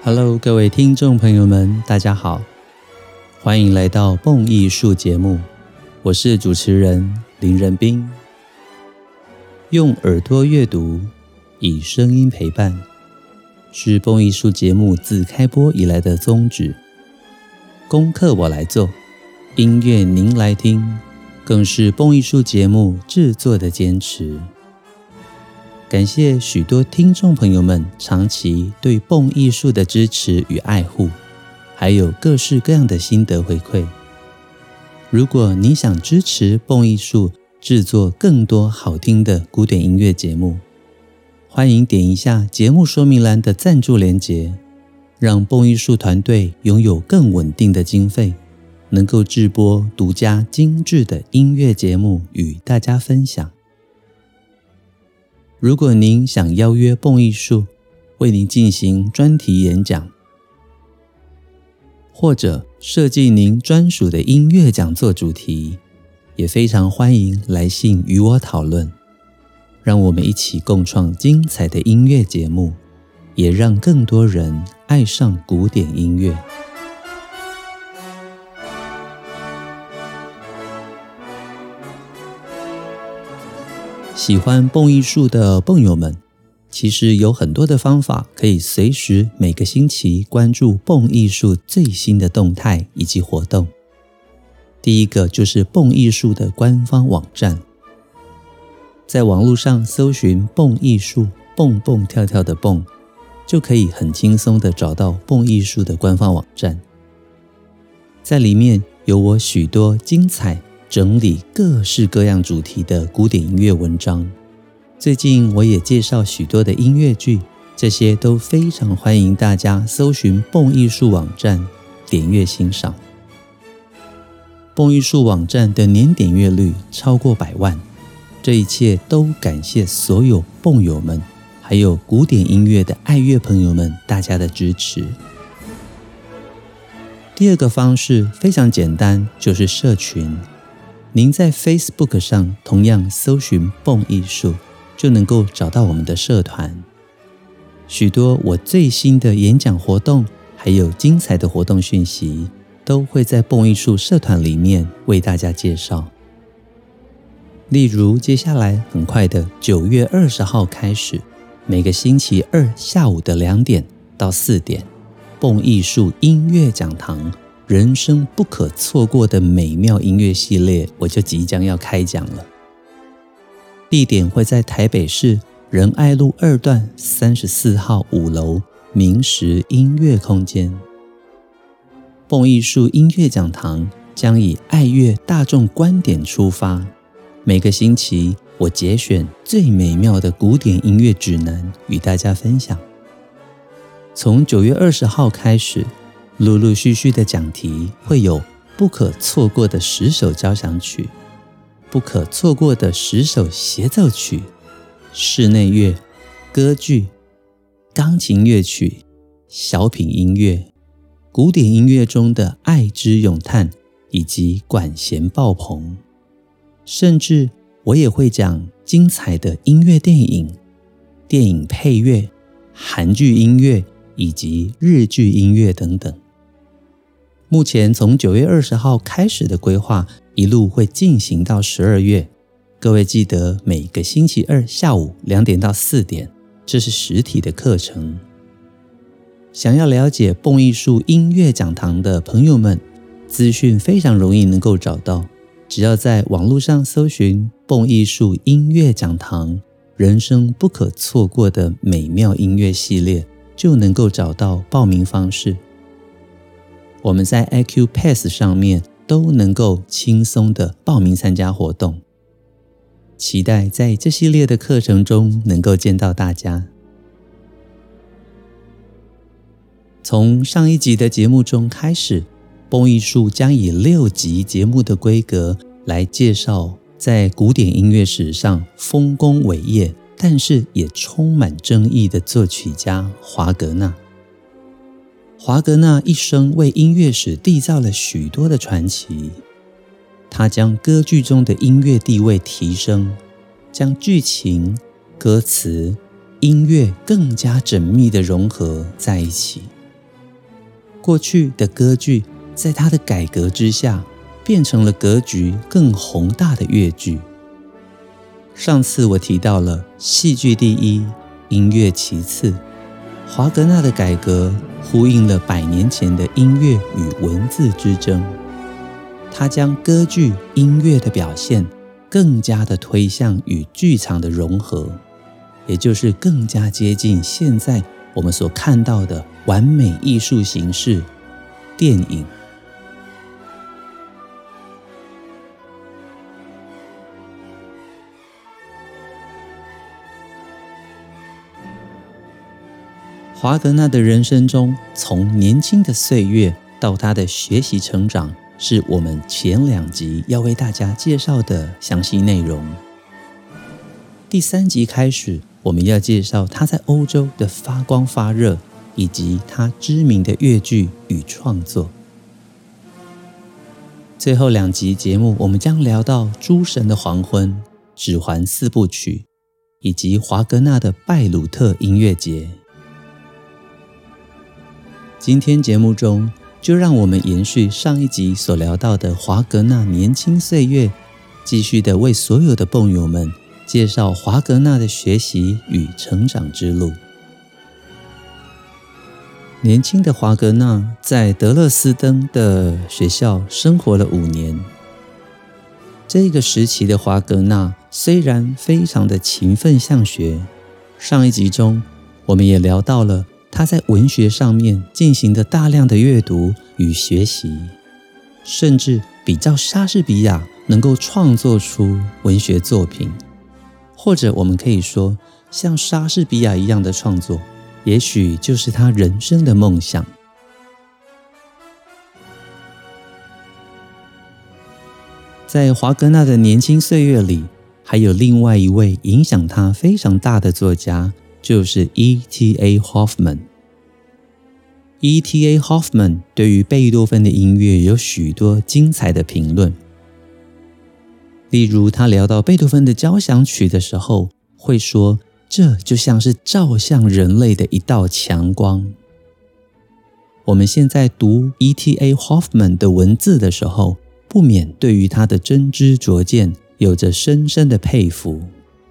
Hello， 各位听众朋友们，大家好，欢迎来到蹦艺术节目，我是主持人林仁斌。用耳朵阅读，以声音陪伴，是蹦艺术节目自开播以来的宗旨。功课我来做，音乐您来听，更是蹦艺术节目制作的坚持。感谢许多听众朋友们长期对蹦艺术的支持与爱护，还有各式各样的心得回馈。如果你想支持蹦艺术制作更多好听的古典音乐节目，欢迎点一下节目说明栏的赞助连结，让蹦艺术团队拥有更稳定的经费，能够制播独家精致的音乐节目与大家分享。如果您想邀约蹦艺术为您进行专题演讲，或者设计您专属的音乐讲座主题，也非常欢迎来信与我讨论，让我们一起共创精彩的音乐节目，也让更多人爱上古典音乐。喜欢蹦艺术的蹦友们，其实有很多的方法可以随时每个星期关注蹦艺术最新的动态以及活动。第一个就是蹦艺术的官方网站，在网络上搜寻蹦艺术，蹦蹦跳跳的蹦，就可以很轻松的找到蹦艺术的官方网站。在里面有我许多精彩整理各式各样主题的古典音乐文章，最近我也介绍许多的音乐剧，这些都非常欢迎大家搜寻蹦艺术网站点阅欣赏。蹦艺术网站的年点阅率超过100万，这一切都感谢所有蹦友们，还有古典音乐的爱乐朋友们大家的支持。第二个方式非常简单，就是社群。您在 Facebook 上同样搜寻蹦艺术，就能够找到我们的社团。许多我最新的演讲活动，还有精彩的活动讯息，都会在蹦艺术社团里面为大家介绍。例如接下来很快的9月20号开始，每个星期二下午的2点到4点，蹦艺术音乐讲堂人生不可错过的美妙音乐系列，我就即将要开讲了。地点会在台北市仁爱路2段34号5楼明石音乐空间。蹦艺术音乐讲堂将以爱乐大众观点出发，每个星期我节选最美妙的古典音乐指南与大家分享。从9月20号开始，陆陆续续的讲题会有不可错过的10首交响曲，不可错过的10首协奏曲，室内乐、歌剧、钢琴乐曲、小品音乐，古典音乐中的爱之咏叹，以及管弦爆棚。甚至我也会讲精彩的音乐电影、电影配乐、韩剧音乐以及日剧音乐等等。目前从9月20号开始的规划，一路会进行到12月。各位记得每个星期二下午2点到4点，这是实体的课程。想要了解蹦艺术音乐讲堂的朋友们，资讯非常容易能够找到，只要在网络上搜寻蹦艺术音乐讲堂，人生不可错过的美妙音乐系列，就能够找到报名方式。我们在 IQ-Pass 上面都能够轻松的报名参加活动，期待在这系列的课程中能够见到大家。从上一集的节目中开始，蹦艺术将以6集节目的规格来介绍在古典音乐史上丰功伟业，但是也充满争议的作曲家华格纳。华格纳一生为音乐史缔造了许多的传奇，他将歌剧中的音乐地位提升，将剧情、歌词、音乐更加缜密地融合在一起， 过去的歌剧在他的改革之下，变成了格局更宏大的乐剧。上次我提到了戏剧第一，音乐其次。华格纳的改革呼应了100年前的音乐与文字之争，他将歌剧音乐的表现更加的推向与剧场的融合，也就是更加接近现在我们所看到的完美艺术形式——电影。华格纳的人生中，从年轻的岁月到他的学习成长，是我们前2集要为大家介绍的详细内容。第3集开始，我们要介绍他在欧洲的发光发热，以及他知名的乐剧与创作。最后2集节目，我们将聊到《诸神的黄昏》、《指环4部曲》，以及华格纳的拜鲁特音乐节。今天节目中，就让我们延续上一集所聊到的华格纳年轻岁月，继续的为所有的蹦友们介绍华格纳的学习与成长之路。年轻的华格纳在德勒斯登的学校生活了5年。这个时期的华格纳虽然非常的勤奋向学，上一集中我们也聊到了他在文学上面进行的大量的阅读与学习，甚至比较莎士比亚能够创作出文学作品，或者我们可以说像莎士比亚一样的创作，也许就是他人生的梦想。在华格纳的年轻岁月里，还有另外一位影响他非常大的作家，就是 E.T.A. Hoffman。E.T.A. Hoffman 对于贝多芬的音乐有许多精彩的评论。例如他聊到贝多芬的交响曲的时候，会说这就像是照向人类的一道强光。我们现在读 E.T.A. Hoffman 的文字的时候，不免对于他的真知灼见有着深深的佩服。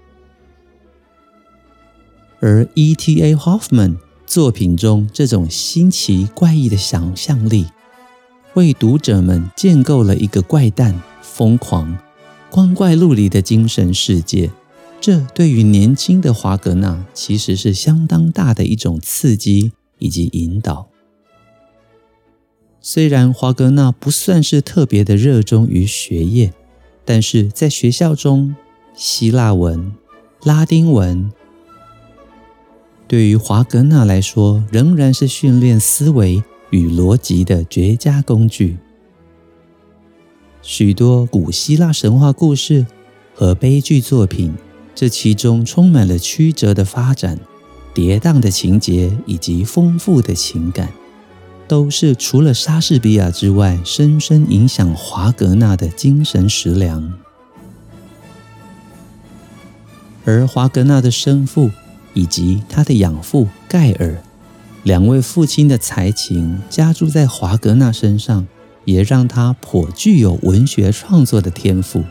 而 E.T.A. Hoffman 作品中这种新奇怪异的想象力，为读者们建构了一个怪诞、疯狂、光怪陆离的精神世界。这对于年轻的华格纳其实是相当大的一种刺激以及引导。虽然华格纳不算是特别的热衷于学业，但是在学校中，希腊文、拉丁文对于华格纳来说，仍然是训练思维与逻辑的绝佳工具。许多古希腊神话故事和悲剧作品，这其中充满了曲折的发展、跌宕的情节以及丰富的情感，都是除了莎士比亚之外，深深影响华格纳的精神食粮。而华格纳的生父以及他的养父盖尔2位父亲的才情加诸在华格纳身上，也让他颇具有文学创作的天赋。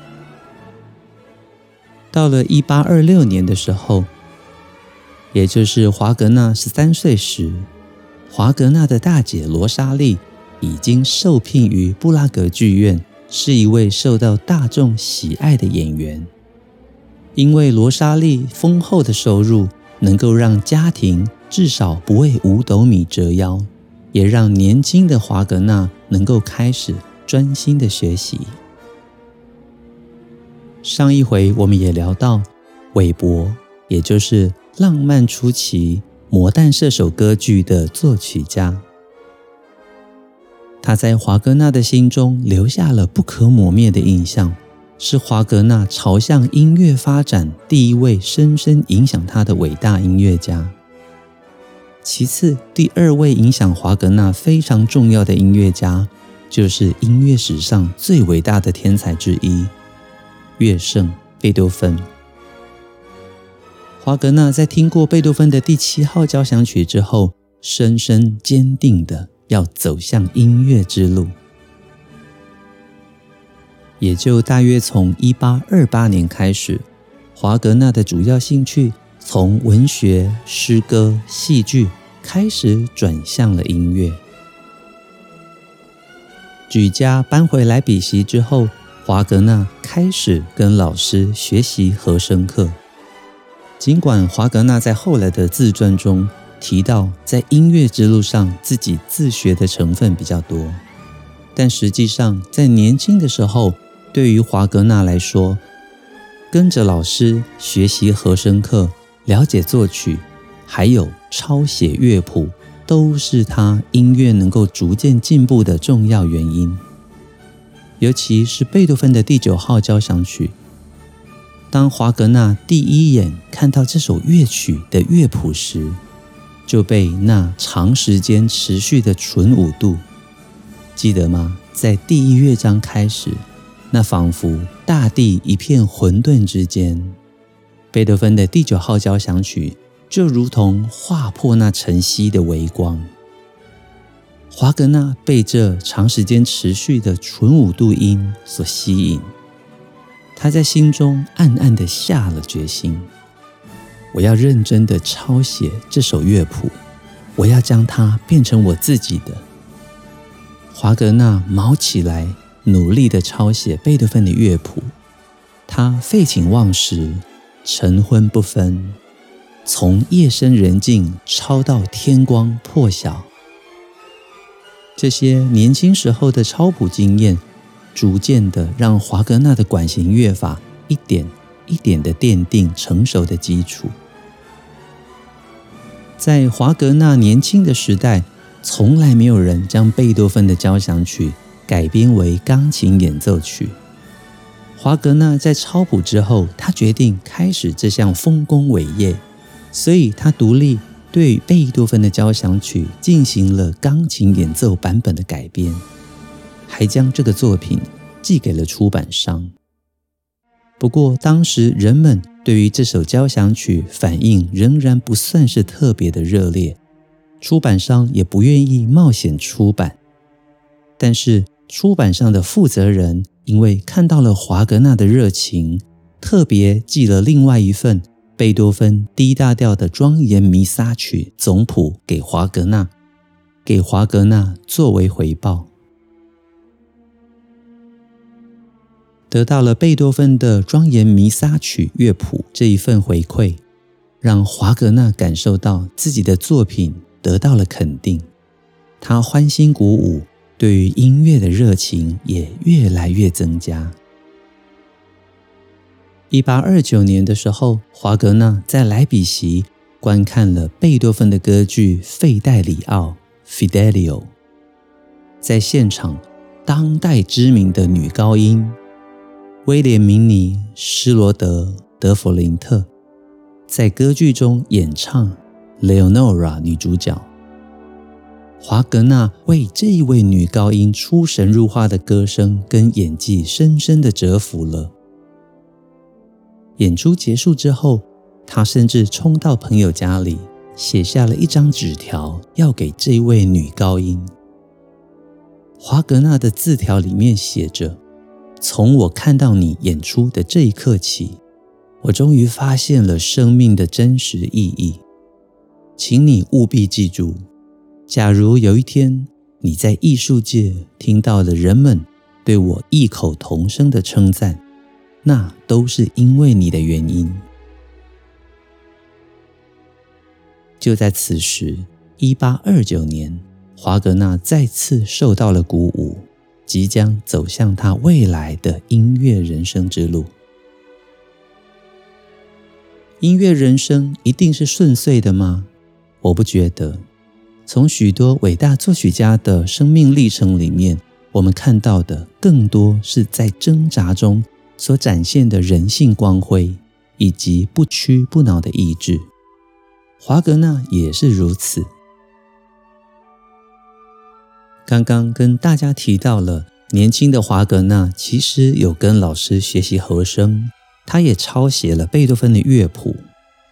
到了1826年的时候，也就是华格纳13岁时，华格纳的大姐罗莎莉已经受聘于布拉格剧院，是一位受到大众喜爱的演员。因为罗莎莉丰厚的收入能够让家庭至少不为5斗米折腰，也让年轻的华格纳能够开始专心的学习。上一回我们也聊到韦伯，也就是浪漫初期魔弹射手歌剧的作曲家，他在华格纳的心中留下了不可磨灭的印象，是华格纳朝向音乐发展第一位深深影响他的伟大音乐家。其次，第2位影响华格纳非常重要的音乐家，就是音乐史上最伟大的天才之一，乐圣贝多芬。华格纳在听过贝多芬的第7号交响曲之后，深深坚定的要走向音乐之路。也就大约从1828年开始，华格纳的主要兴趣从文学、诗歌、戏剧开始转向了音乐。举家搬回莱比锡之后，华格纳开始跟老师学习和声课。尽管华格纳在后来的自传中提到在音乐之路上自己自学的成分比较多，但实际上在年轻的时候，对于华格纳来说，跟着老师学习和声课，了解作曲，还有抄写乐谱，都是他音乐能够逐渐进步的重要原因。尤其是贝多芬的第9号交响曲，当华格纳第一眼看到这首乐曲的乐谱时，就被那长时间持续的纯舞度，记得吗？在第1乐章开始，那仿佛大地一片混沌之间，贝多芬的第9号交响曲就如同划破那晨曦的微光。华格纳被这长时间持续的纯舞度音所吸引，他在心中暗暗地下了决心，我要认真地抄写这首乐谱，我要将它变成我自己的。华格纳卯起来，努力地抄写贝多芬的乐谱，他废寝忘食，晨昏不分，从夜深人静抄到天光破晓。这些年轻时候的抄谱经验，逐渐的让华格纳的管弦乐法一点一点的奠定成熟的基础。在华格纳年轻的时代，从来没有人将贝多芬的交响曲改编为钢琴演奏曲。华格纳在抄谱之后，他决定开始这项丰功伟业，所以他独立对贝多芬的交响曲进行了钢琴演奏版本的改编，还将这个作品寄给了出版商。不过当时人们对于这首交响曲反应仍然不算是特别的热烈，出版商也不愿意冒险出版。但是出版商的负责人因为看到了华格纳的热情，特别寄了另外一份贝多芬 D 大调的庄严弥撒曲总谱给华格纳作为回报。得到了贝多芬的庄严弥撒曲乐谱这一份回馈，让华格纳感受到自己的作品得到了肯定，他欢欣鼓舞，对于音乐的热情也越来越增加。1829年的时候，华格纳在莱比锡观看了贝多芬的歌剧《费代里奥》（Fidelio）。在现场，当代知名的女高音威廉明尼·施罗德·德弗林特在歌剧中演唱 Leonora 女主角。华格纳为这一位女高音出神入化的歌声跟演技深深地折服了。演出结束之后，他甚至冲到朋友家里，写下了一张纸条要给这位女高音。华格纳的字条里面写着：从我看到你演出的这一刻起，我终于发现了生命的真实意义。请你务必记住，假如有一天你在艺术界听到了人们对我异口同声的称赞，那都是因为你的原因。就在此时，1829年，华格纳再次受到了鼓舞，即将走向他未来的音乐人生之路。音乐人生一定是顺遂的吗？我不觉得。从许多伟大作曲家的生命历程里面，我们看到的更多是在挣扎中所展现的人性光辉，以及不屈不挠的意志。华格纳也是如此。刚刚跟大家提到了，年轻的华格纳其实有跟老师学习和声，他也抄写了贝多芬的乐谱。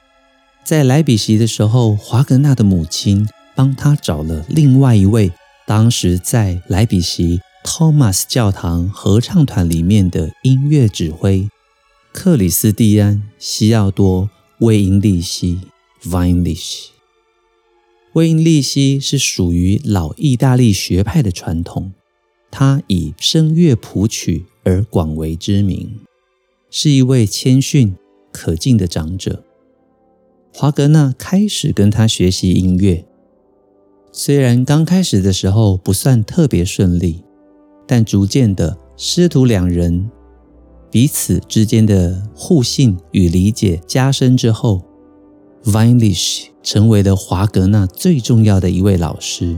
在莱比锡的时候，华格纳的母亲帮他找了另外一位当时在莱比锡托马斯教堂合唱团里面的音乐指挥克里斯蒂安·西奥多·威因利希 （Weinlich）。威因利希是属于老意大利学派的传统，他以声乐谱曲而广为知名，是一位谦逊可敬的长者。华格纳开始跟他学习音乐，虽然刚开始的时候不算特别顺利，但逐渐的师徒两人彼此之间的互信与理解加深之后， Weinlich 成为了华格纳最重要的一位老师。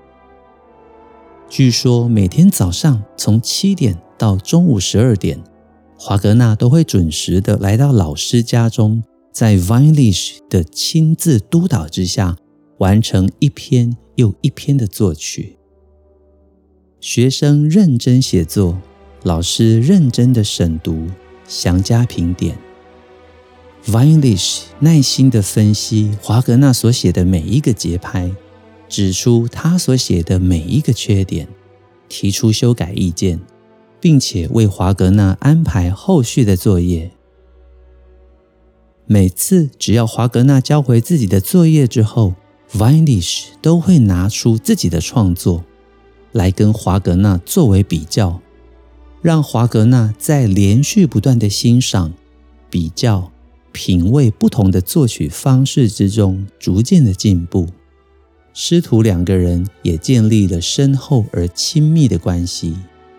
据说每天早上从7点到中午12点，华格纳都会准时的来到老师家中，在 Weinlich 的亲自督导之下，完成一篇又一篇的作曲。学生认真写作，老师认真的审读，详加评点。Weinlich 耐心的分析华格纳所写的每一个节拍，指出他所写的每一个缺点，提出修改意见，并且为华格纳安排后续的作业。每次只要华格纳交回自己的作业之后， Weinlich 都会拿出自己的创作来跟华格纳作为比较，让华格纳在连续不断的欣赏、比较、品味不同的作曲方式之中逐渐的进步。师徒两个人也建立了深厚而亲密的关系。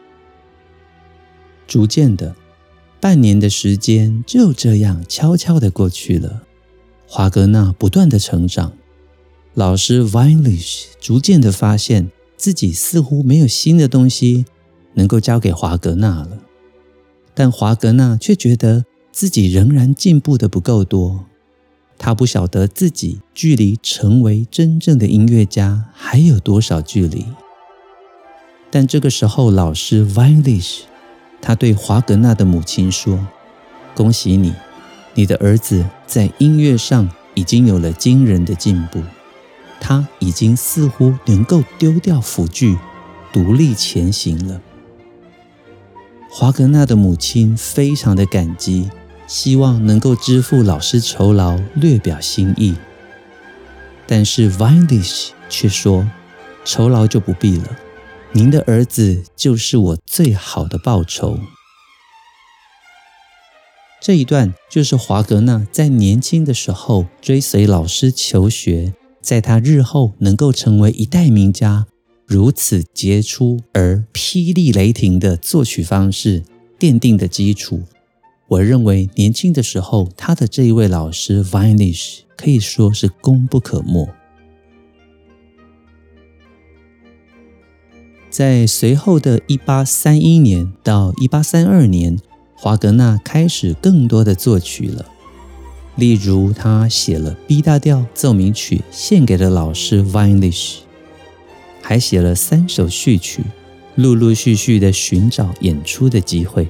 逐渐的，半年的时间就这样悄悄地过去了。华格纳不断的成长，老师 Weinlich 逐渐的发现自己似乎没有新的东西能够交给华格纳了，但华格纳却觉得自己仍然进步的不够多。他不晓得自己距离成为真正的音乐家还有多少距离。但这个时候，老师 Weinlich 他对华格纳的母亲说：“恭喜你，你的儿子在音乐上已经有了惊人的进步，他已经似乎能够丢掉辅具，独立前行了。”华格纳的母亲非常的感激，希望能够支付老师酬劳，略表心意。但是 Weinlich 却说：“酬劳就不必了，您的儿子就是我最好的报酬。”这一段就是华格纳在年轻的时候追随老师求学，在他日后能够成为一代名家，如此杰出而霹雳雷霆的作曲方式奠定的基础。我认为年轻的时候，他的这一位老师 Weinlich 可以说是功不可没。在随后的1831年到1832年，华格纳开始更多的作曲了。例如他写了 B 大调奏鸣曲献给了老师 Weinlich， 还写了3首序曲，陆陆续续的寻找演出的机会。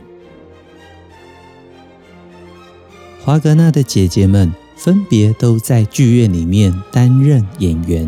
华格纳的姐姐们分别都在剧院里面担任演员。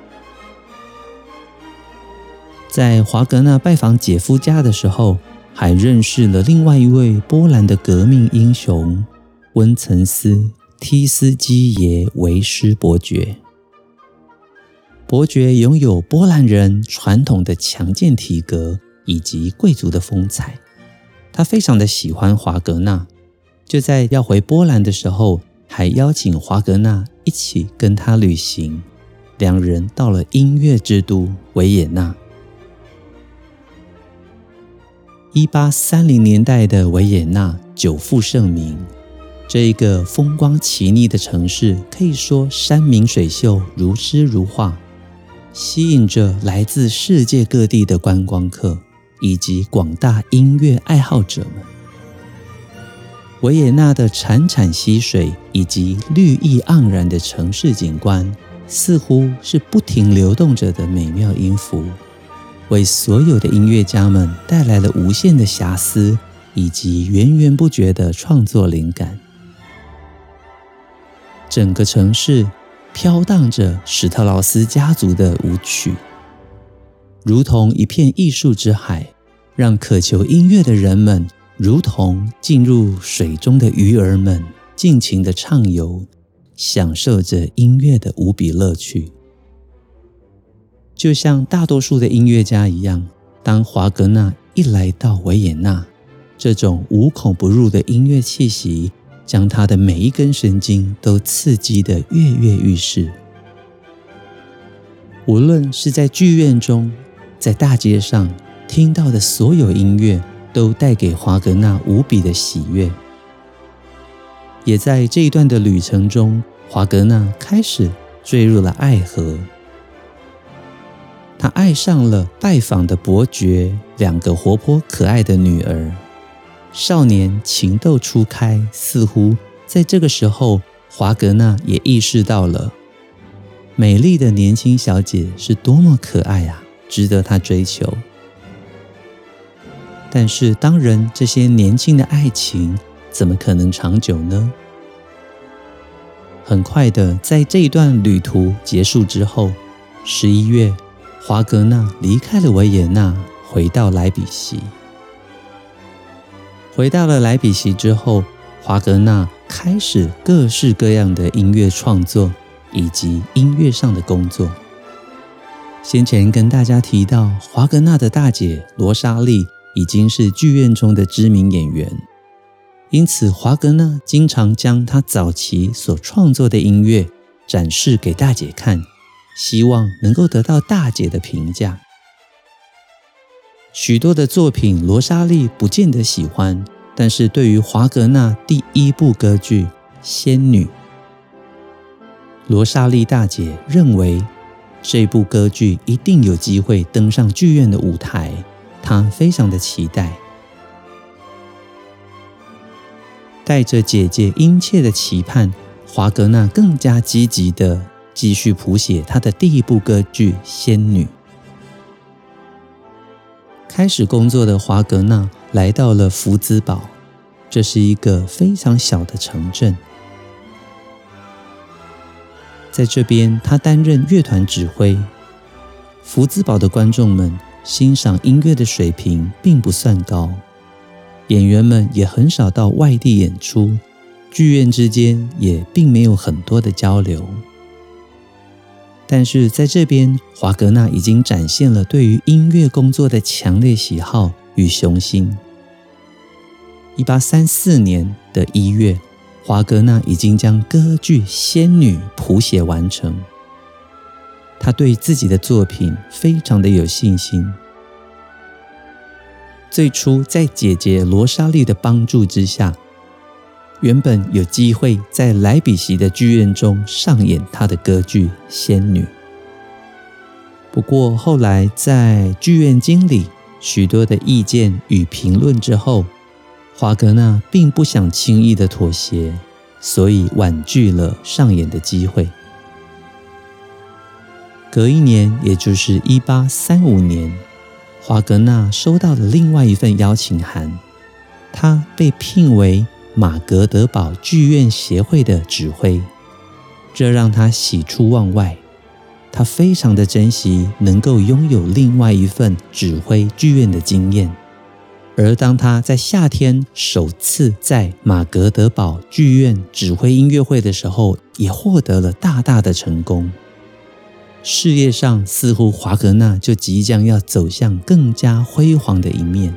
在华格纳拜访姐夫家的时候，还认识了另外一位波兰的革命英雄温岑斯梯斯基耶维施伯爵。伯爵拥有波兰人传统的强健体格以及贵族的风采，他非常的喜欢华格纳，就在要回波兰的时候，还邀请华格纳一起跟他旅行，两人到了音乐之都维也纳。1830年代的维也纳久负盛名，这一个风光奇丽的城市可以说山明水秀，如诗如画，吸引着来自世界各地的观光客以及广大音乐爱好者们。维也纳的潺潺溪水以及绿意盎然的城市景观，似乎是不停流动着的美妙音符，为所有的音乐家们带来了无限的遐思以及源源不绝的创作灵感。整个城市飘荡着史特劳斯家族的舞曲， 如同一片艺术之海，让渴求音乐的人们如同进入水中的鱼儿们，尽情地畅游，享受着音乐的无比乐趣。就像大多数的音乐家一样，当华格纳一来到维也纳，这种无孔不入的音乐气息将他的每一根神经都刺激得跃跃欲试。无论是在剧院中，在大街上听到的所有音乐，都带给华格纳无比的喜悦。也在这一段的旅程中，华格纳开始坠入了爱河。他爱上了拜访的伯爵2个活泼可爱的女儿。少年情窦初开，似乎在这个时候，华格纳也意识到了美丽的年轻小姐是多么可爱啊，值得他追求。但是当然，这些年轻的爱情怎么可能长久呢？很快的，在这一段旅途结束之后，11月，华格纳离开了维也纳，回到莱比锡。回到了莱比锡之后，华格纳开始各式各样的音乐创作以及音乐上的工作。先前跟大家提到，华格纳的大姐罗莎莉已经是剧院中的知名演员，因此华格纳经常将他早期所创作的音乐展示给大姐看，希望能够得到大姐的评价。许多的作品罗莎莉不见得喜欢，但是对于华格纳第1部歌剧《仙女》，罗莎莉大姐认为这部歌剧一定有机会登上剧院的舞台，她非常的期待。带着姐姐殷切的期盼，华格纳更加积极地继续谱写他的第1部歌剧《仙女》。开始工作的华格纳来到了福兹堡，这是一个非常小的城镇。在这边，他担任乐团指挥。福兹堡的观众们欣赏音乐的水平并不算高，演员们也很少到外地演出，剧院之间也并没有很多的交流。但是在这边，华格纳已经展现了对于音乐工作的强烈喜好与雄心。1834年的1月，华格纳已经将歌剧《仙女》谱写完成。他对自己的作品非常的有信心。最初在姐姐罗莎莉的帮助之下，原本有机会在莱比锡的剧院中上演他的歌剧《仙女》。不过后来在剧院经理许多的意见与评论之后，华格纳并不想轻易的妥协，所以婉拒了上演的机会。隔一年，也就是1835年，华格纳收到了另外一份邀请函，他被聘为马格德堡剧院协会的指挥，这让他喜出望外。他非常的珍惜能够拥有另外一份指挥剧院的经验。而当他在夏天首次在马格德堡剧院指挥音乐会的时候，也获得了大大的成功。事业上似乎华格纳就即将要走向更加辉煌的一面。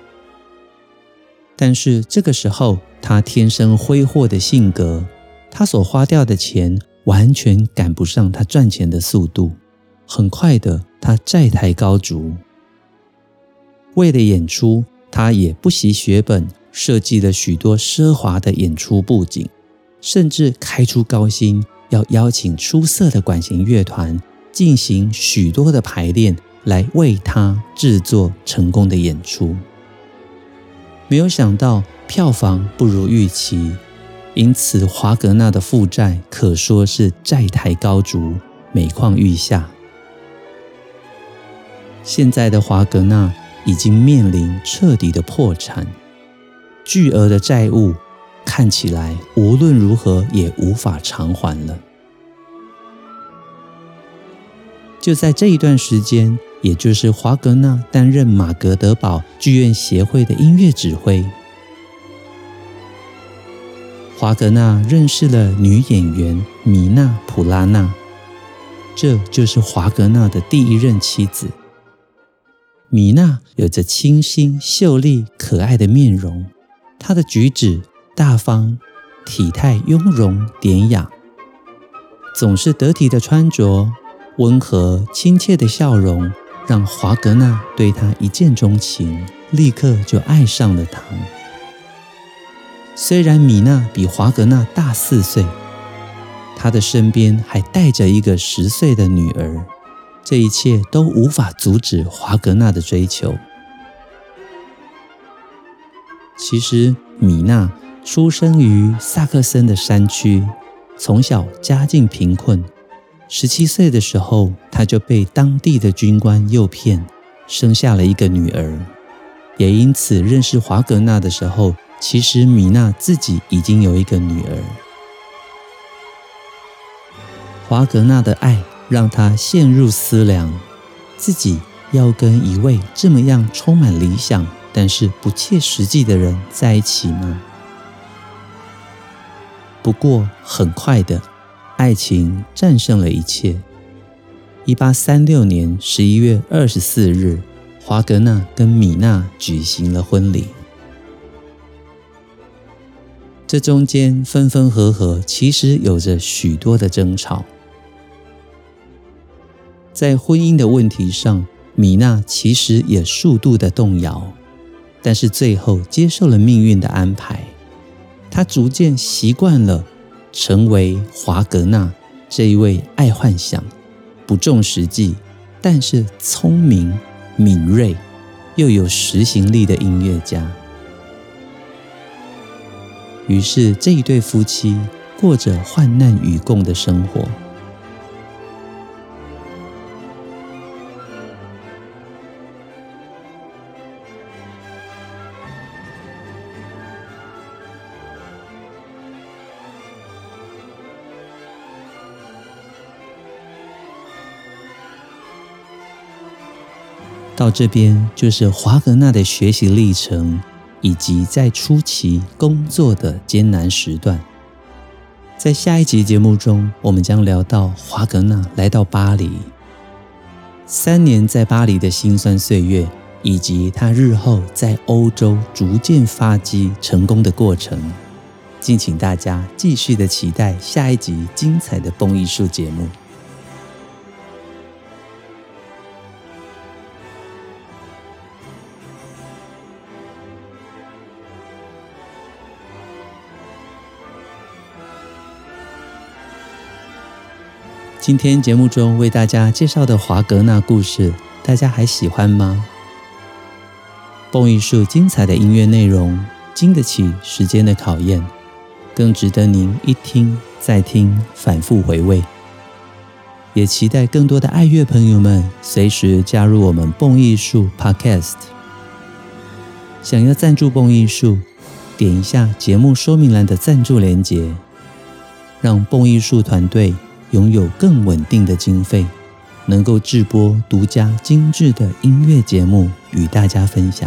但是这个时候，他天生挥霍的性格，他所花掉的钱完全赶不上他赚钱的速度。很快的，他债台高筑。为了演出，他也不惜血本，设计了许多奢华的演出布景，甚至开出高薪，要邀请出色的管弦乐团进行许多的排练，来为他制作成功的演出。没有想到票房不如预期，因此华格纳的负债可说是债台高筑，每况愈下。现在的华格纳已经面临彻底的破产，巨额的债务看起来无论如何也无法偿还了。 就在这一段时间，也就是华格纳担任马格德堡剧院协会的音乐指挥。华格纳认识了女演员米娜·普拉纳，这就是华格纳的第一任妻子。米娜有着清新、秀丽、可爱的面容，她的举止大方，体态雍容典雅，总是得体的穿着，温和亲切的笑容，让华格纳对她一见钟情，立刻就爱上了她。虽然米娜比华格纳大4岁，她的身边还带着一个10岁的女儿，这一切都无法阻止华格纳的追求。其实米娜出生于萨克森的山区，从小家境贫困，17岁的时候，她就被当地的军官诱骗，生下了一个女儿。也因此认识华格纳的时候，其实米娜自己已经有一个女儿。华格纳的爱让她陷入思量，自己要跟一位这么样充满理想但是不切实际的人在一起吗？不过很快的，爱情战胜了一切。1836年11月24日，华格纳跟米娜举行了婚礼。这中间分分合合，其实有着许多的争吵。在婚姻的问题上，米娜其实也数度的动摇，但是最后接受了命运的安排。她逐渐习惯了成为华格纳这一位爱幻想、不重实际，但是聪明、敏锐又有实行力的音乐家。于是这一对夫妻过着患难与共的生活。到这边就是华格纳的学习历程，以及在初期工作的艰难时段。在下一集节目中，我们将聊到华格纳来到巴黎3年在巴黎的辛酸岁月，以及他日后在欧洲逐渐发迹成功的过程。敬请大家继续的期待下一集精彩的蹦艺术节目。今天节目中为大家介绍的华格纳故事，大家还喜欢吗？蹦艺术精彩的音乐内容，经得起时间的考验，更值得您一听再听，反复回味。也期待更多的爱乐朋友们随时加入我们蹦艺术 Podcast。想要赞助蹦艺术，点一下节目说明栏的赞助连结，让蹦艺术团队拥有更稳定的经费，能够制播独家精致的音乐节目与大家分享。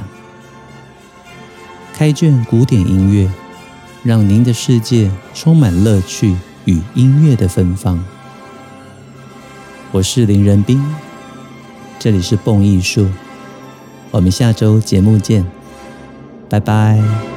开卷古典音乐，让您的世界充满乐趣与音乐的芬芳。我是林仁斌，这里是蹦艺术，我们下周节目见，拜拜。